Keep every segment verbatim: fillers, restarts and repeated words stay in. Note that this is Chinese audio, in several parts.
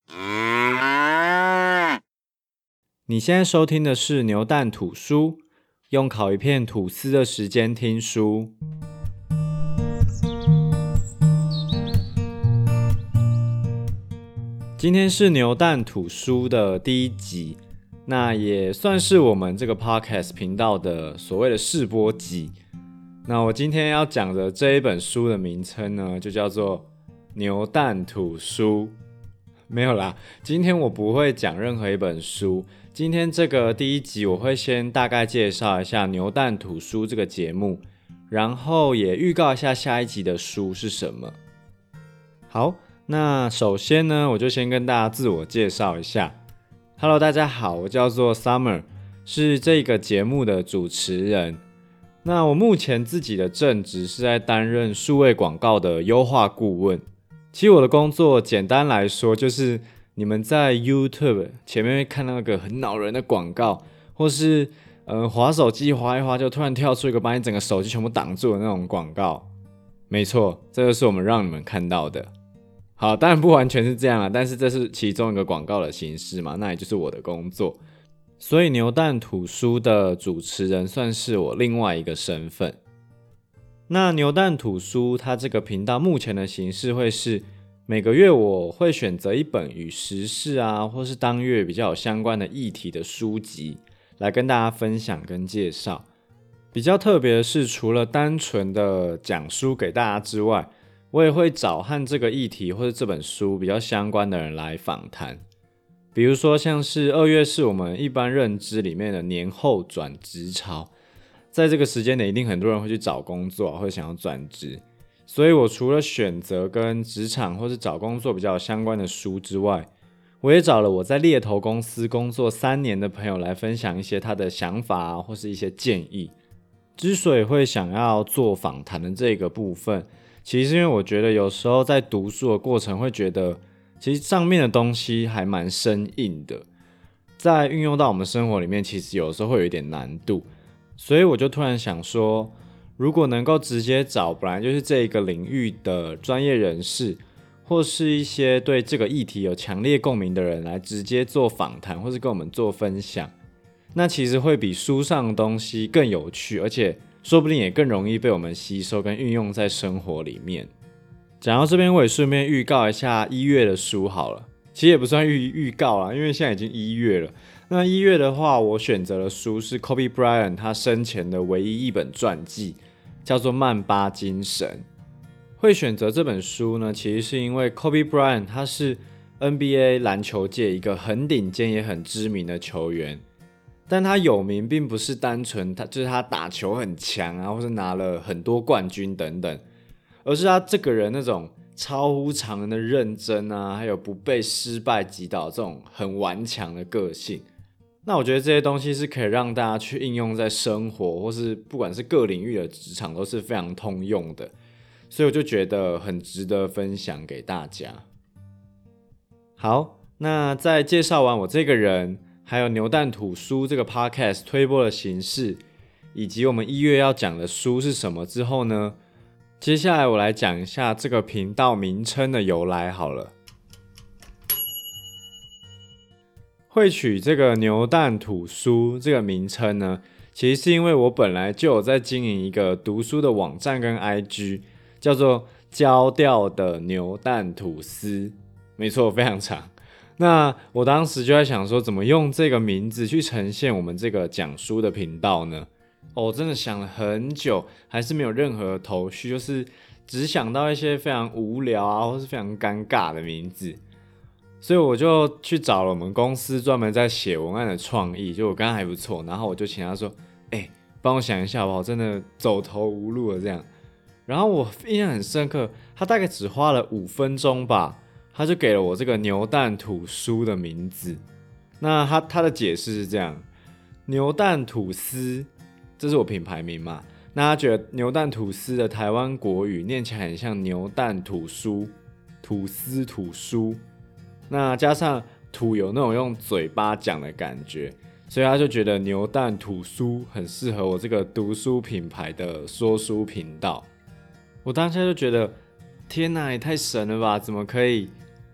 你现在收听的是牛蛋吐书，用烤一片吐司的时间听书。今天是牛蛋吐书的第一集，那也算是我们这个 podcast 频道的所谓的试播集。那我今天要讲的这一本书的名称呢，就叫做牛蛋吐书。没有啦，今天我不会讲任何一本书。今天这个第一集我会先大概介绍一下牛蛋吐书这个节目，然后也预告一下下一集的书是什么。好，那首先呢，我就先跟大家自我介绍一下。Hello， 大家好，我叫做 Summer， 是这个节目的主持人。那我目前自己的正职是在担任数位广告的优化顾问。其实我的工作简单来说，就是你们在 YouTube 前面会看到那个很恼人的广告，或是呃滑手机滑一滑就突然跳出一个把你整个手机全部挡住的那种广告。没错，这就是我们让你们看到的。好，当然不完全是这样啦，但是这是其中一个广告的形式嘛，那也就是我的工作。所以牛蛋吐书的主持人算是我另外一个身份。那牛蛋吐书它这个频道目前的形式会是每个月我会选择一本与时事啊或是当月比较有相关的议题的书籍来跟大家分享跟介绍。比较特别的是，除了单纯的讲书给大家之外，我也会找和这个议题或是这本书比较相关的人来访谈。比如说像是二月是我们一般认知里面的年后转职潮，在这个时间点一定很多人会去找工作或者想要转职，所以我除了选择跟职场或是找工作比较相关的书之外，我也找了我在猎头公司工作三年的朋友来分享一些他的想法啊，或是一些建议。之所以会想要做访谈的这个部分，其实是因为我觉得有时候在读书的过程会觉得其实上面的东西还蛮生硬的，在运用到我们生活里面其实有时候会有一点难度，所以我就突然想说，如果能够直接找本来就是这个领域的专业人士，或是一些对这个议题有强烈共鸣的人来直接做访谈，或是跟我们做分享，那其实会比书上的东西更有趣，而且说不定也更容易被我们吸收跟运用在生活里面。讲到这边，我也顺便预告一下一月的书好了，其实也不算 预, 预告啦，因为现在已经一月了。那一月的话，我选择的书是 Kobe Bryant 他生前的唯一一本传记，叫做《曼巴精神》。会选择这本书呢，其实是因为 Kobe Bryant 他是 N B A 篮球界一个很顶尖也很知名的球员，但他有名并不是单纯他就是他打球很强啊，或是拿了很多冠军等等，而是他这个人那种超乎常人的认真啊，还有不被失败击倒这种很顽强的个性。那我觉得这些东西是可以让大家去应用在生活，或是不管是各领域的职场都是非常通用的，所以我就觉得很值得分享给大家。好，那在介绍完我这个人，还有牛蛋吐书这个 podcast 推播的形式，以及我们一月要讲的书是什么之后呢，接下来我来讲一下这个频道名称的由来好了。会取这个牛蛋吐书这个名称呢，其实是因为我本来就有在经营一个读书的网站跟 I G， 叫做焦掉的牛蛋吐司，没错，非常长。那我当时就在想说，怎么用这个名字去呈现我们这个讲书的频道呢？哦，我真的想了很久，还是没有任何头绪，就是只想到一些非常无聊啊，或是非常尴尬的名字。所以我就去找了我们公司专门在写文案的创意，就我刚刚还不错，然后我就请他说，哎、欸，帮我想一下好不好？我真的走投无路了这样。然后我印象很深刻，他大概只花了五分钟吧，他就给了我这个牛蛋吐书的名字。那 他, 他的解释是这样，牛蛋吐司，这是我品牌名嘛，那他觉得牛蛋吐司的台湾国语念起来很像牛蛋吐书，吐司吐书，那加上吐有那种用嘴巴讲的感觉，所以他就觉得牛蛋吐书很适合我这个读书品牌的说书频道。我当下就觉得天哪，也太神了吧，怎么可以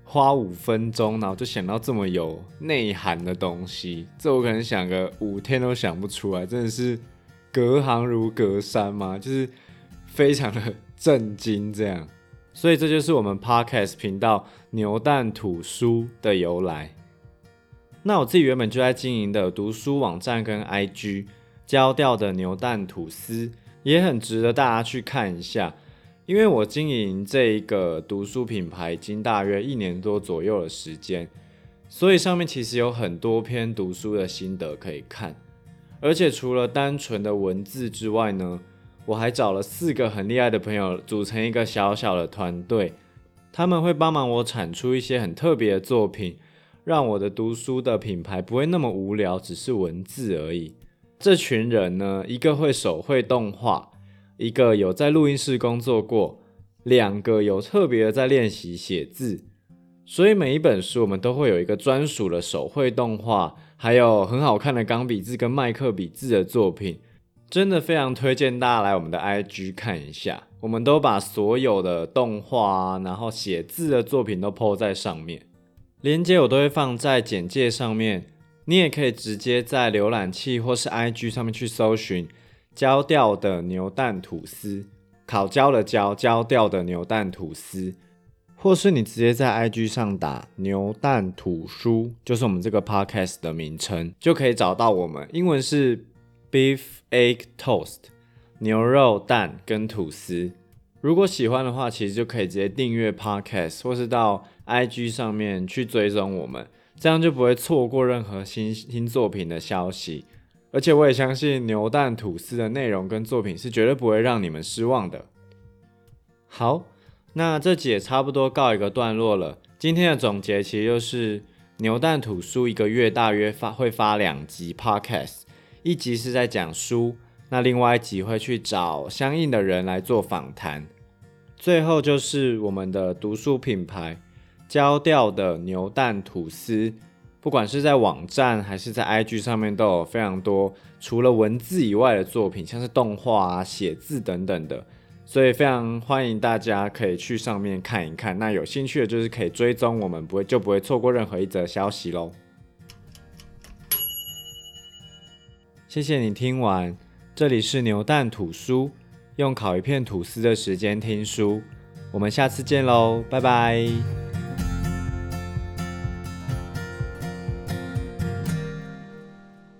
花五分钟，然后就想到这么有内涵的东西，这我可能想个五天都想不出来，真的是隔行如隔山嘛，就是非常的震惊这样。所以这就是我们 Podcast 频道牛蛋吐书的由来。那我自己原本就在经营的读书网站跟 I G 焦掉的牛蛋吐司，也很值得大家去看一下。因为我经营这一个读书品牌已经大约一年多左右的时间，所以上面其实有很多篇读书的心得可以看。而且除了单纯的文字之外呢，我还找了四个很厉害的朋友组成一个小小的团队，他们会帮忙我产出一些很特别的作品，让我的读书的品牌不会那么无聊，只是文字而已。这群人呢，一个会手绘动画，一个有在录音室工作过，两个有特别的在练习写字，所以每一本书我们都会有一个专属的手绘动画，还有很好看的钢笔字跟麦克笔字的作品，真的非常推荐大家来我们的 I G 看一下，我们都把所有的动画啊，然后写字的作品都 po 在上面，连结我都会放在简介上面，你也可以直接在浏览器或是 I G 上面去搜寻焦掉的牛蛋吐司，烤焦的焦，焦掉的牛蛋吐司，或是你直接在 I G 上打牛蛋吐书，就是我们这个 podcast 的名称，就可以找到我们。英文是 beef egg toast， 牛肉蛋跟吐司。如果喜欢的话，其实就可以直接订阅 podcast， 或是到 I G 上面去追踪我们，这样就不会错过任何 新, 新作品的消息。而且我也相信牛蛋吐司的内容跟作品是绝对不会让你们失望的。好，那这集也差不多告一个段落了。今天的总结其实就是牛蛋吐书一个月大约发会发两集 podcast， 一集是在讲书，那另外一集会去找相应的人来做访谈。最后就是我们的读书品牌焦掉的牛蛋吐司，不管是在网站还是在 I G 上面都有非常多除了文字以外的作品，像是动画啊、写字等等的，所以非常欢迎大家可以去上面看一看。那有兴趣的就是可以追踪我们，不会就不会错过任何一则消息咯。谢谢你听完，这里是牛蛋吐书，用烤一片吐司的时间听书，我们下次见咯，拜拜。